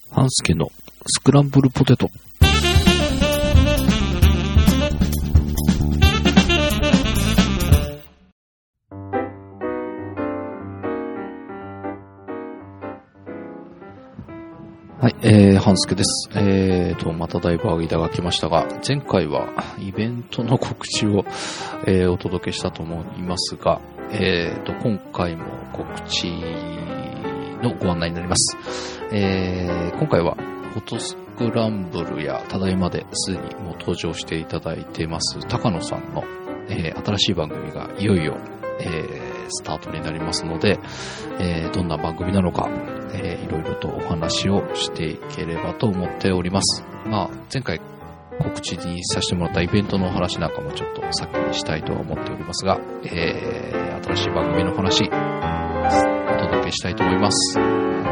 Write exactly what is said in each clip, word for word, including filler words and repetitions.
半助のスクランブルポテト。はい、えー、半助です。えーと、まただいぶ間が来ましたが、前回はイベントの告知を、えー、お届けしたと思いますが、えーと、今回も告知のご案内になります。えー、今回はフォトスクランブルやただいまですでにもう登場していただいています高野さんの、えー、新しい番組がいよいよ、えー、スタートになりますので、えー、どんな番組なのか、えー、いろいろとお話をしていければと思っております。まあ、前回告知にさせてもらったイベントのお話なんかもちょっと先にしたいとは思っておりますが、えー、新しい番組の話お届けしたいと思います。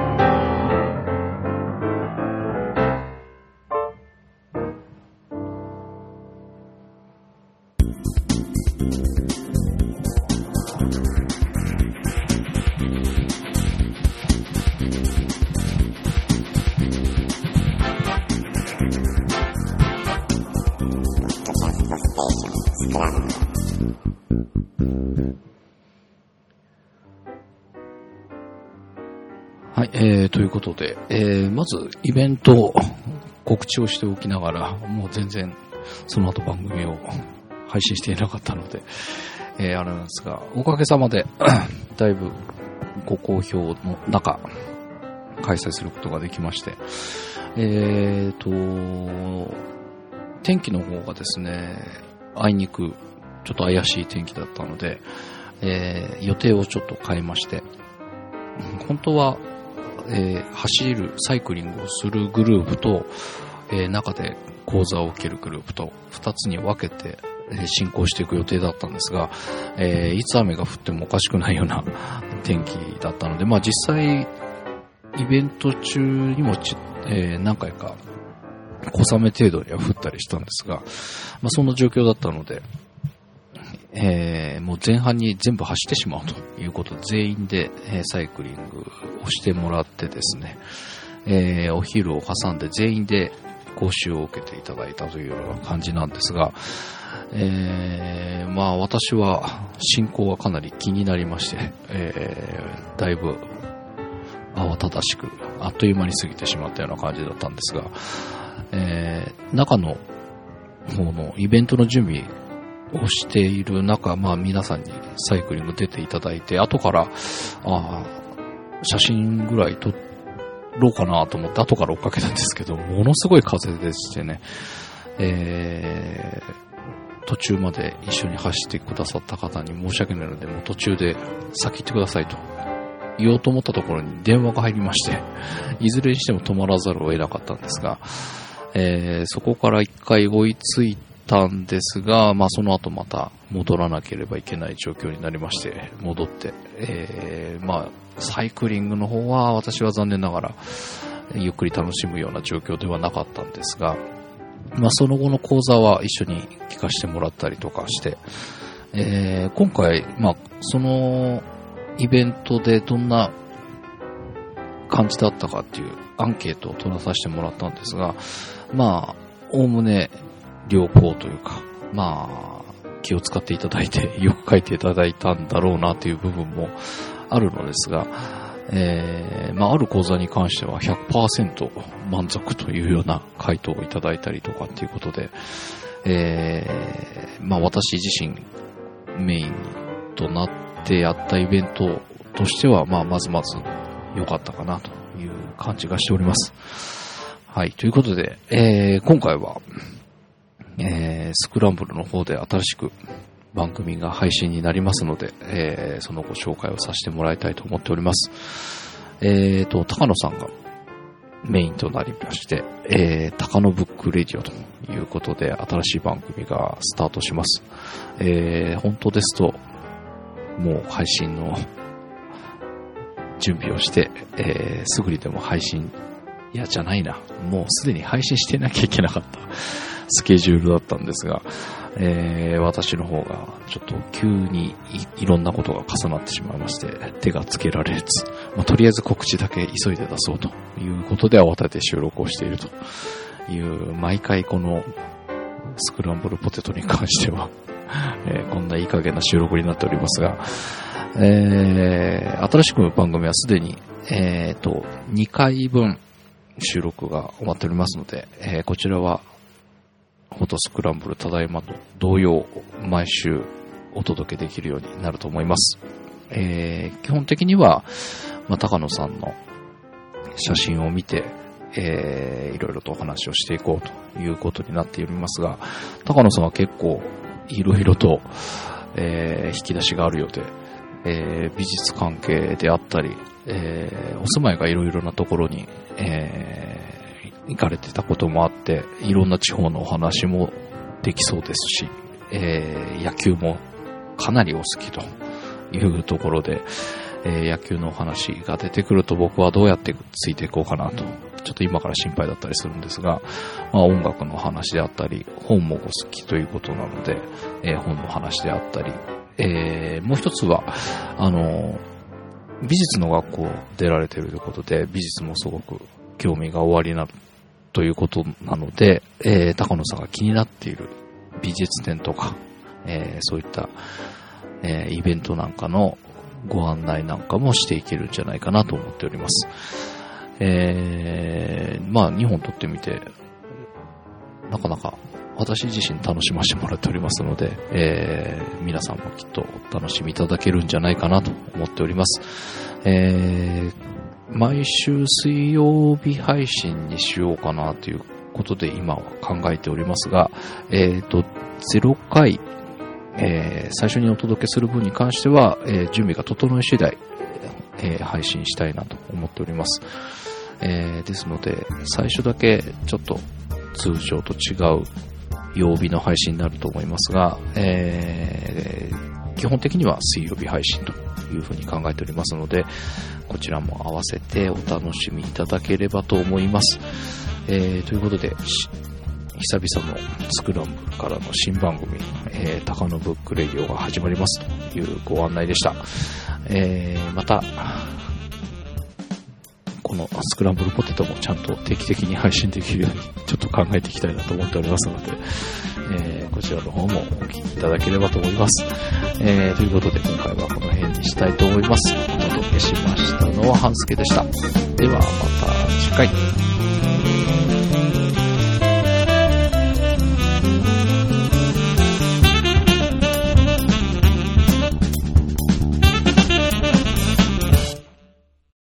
はい、えー、ということで、えー、まずイベント告知をしておきながら、もう全然その後番組を配信していなかったので、えー、あれなんですが、おかげさまでだいぶご好評の中開催することができまして、えーと天気の方がですね、あいにくちょっと怪しい天気だったので、えー、予定をちょっと変えまして、本当はえー、走るサイクリングをするグループと、えー、中で講座を受けるグループとふたつに分けて、えー、進行していく予定だったんですが、えー、いつ雨が降ってもおかしくないような天気だったので、まあ実際イベント中にもち、えー、何回か小雨程度には降ったりしたんですが、まあそんな状況だったので、えー、もう前半に全部走ってしまうということで、全員で、えー、サイクリングをしてもらってですね、えー、お昼を挟んで全員で講習を受けていただいたというような感じなんですが、えー、まあ私は進行がかなり気になりまして、えー、だいぶ慌ただしくあっという間に過ぎてしまったような感じだったんですが、えー、中の方のイベントの準備をしている中、まあ皆さんにサイクリング出ていただいて、後から、あ写真ぐらい撮ろうかなと思って後から追っかけたんですけど、ものすごい風でしてね、えー、途中まで一緒に走ってくださった方に申し訳ないので、もう途中で先行ってくださいと言おうと思ったところに電話が入りまして、いずれにしても止まらざるを得なかったんですが、えー、そこから一回追いついてたんですが、まあその後また戻らなければいけない状況になりまして、戻って、えー、まあサイクリングの方は私は残念ながらゆっくり楽しむような状況ではなかったんですが、まあその後の講座は一緒に聞かせてもらったりとかして、えー、今回まあそのイベントでどんな感じだったかっていうアンケートを取らさせてもらったんですが、まあおおむね良好というか、まあ気を使っていただいてよく書いていただいたんだろうなという部分もあるのですが、えー、まあある講座に関しては ひゃくパーセント 満足というような回答をいただいたりとかっていうことで、えー、まあ私自身メインとなってやったイベントとしては、まあまずまず良かったかなという感じがしております。はい、ということで、えー、今回はえー、スクランブルの方で新しく番組が配信になりますので、えー、そのご紹介をさせてもらいたいと思っております。えーと、高野さんがメインとなりまして、えー、高野ブックレディオということで新しい番組がスタートします。えー、本当ですと、もう配信の準備をして、えー、すぐにでも配信いや、じゃないな。もうすでに配信してなきゃいけなかったスケジュールだったんですが、えー、私の方がちょっと急に い, いろんなことが重なってしまいまして、手がつけられず、まあ、とりあえず告知だけ急いで出そうということで慌てて収録をしているという、毎回このスクランブルポテトに関しては、えー、こんないい加減な収録になっておりますが、えー、新しく番組はすでに、えーと、にかいぶん収録が終わっておりますので、えー、こちらはフォトスクランブルただいまと同様毎週お届けできるようになると思います。えー、基本的には、まあ、高野さんの写真を見て、えー、いろいろとお話をしていこうということになっておりますが、高野さんは結構いろいろと、えー、引き出しがあるようで、えー、美術関係であったり、えー、お住まいがいろいろなところに、えー行かれてたこともあって、いろんな地方のお話もできそうですし、えー、野球もかなりお好きというところで、えー、野球のお話が出てくると僕はどうやってついていこうかなと、ちょっと今から心配だったりするんですが、まあ、音楽の話であったり、本もご好きということなので、えー、本の話であったり、えー、もう一つは、あの、美術の学校出られているということで、美術もすごく興味がおありなということなので、えー、高野さんが気になっている美術展とか、えー、そういった、えー、イベントなんかのご案内なんかもしていけるんじゃないかなと思っております。えー、まあにほん撮ってみて、なかなか私自身楽しませてもらっておりますので、えー、皆さんもきっとお楽しみいただけるんじゃないかなと思っております。えー毎週水曜日配信にしようかなということで今は考えておりますが、えっと、ゼロかい、えー、最初にお届けする分に関しては、えー、準備が整い次第、えー、配信したいなと思っております。えー、ですので、最初だけちょっと通常と違う曜日の配信になると思いますが、えー、基本的には水曜日配信というふうに考えておりますので、こちらも合わせてお楽しみいただければと思います。えー、ということで、久々のスクランブルからの新番組、えー、高野ブックレディオが始まりますというご案内でした。えー、また、このスクランブルポテトもちゃんと定期的に配信できるようにちょっと考えていきたいなと思っておりますので、えー、こちらの方もお聞きいただければと思います。えー、ということで今回はこの辺にしたいと思います。お届けしましたのは半助でした。ではまた次回。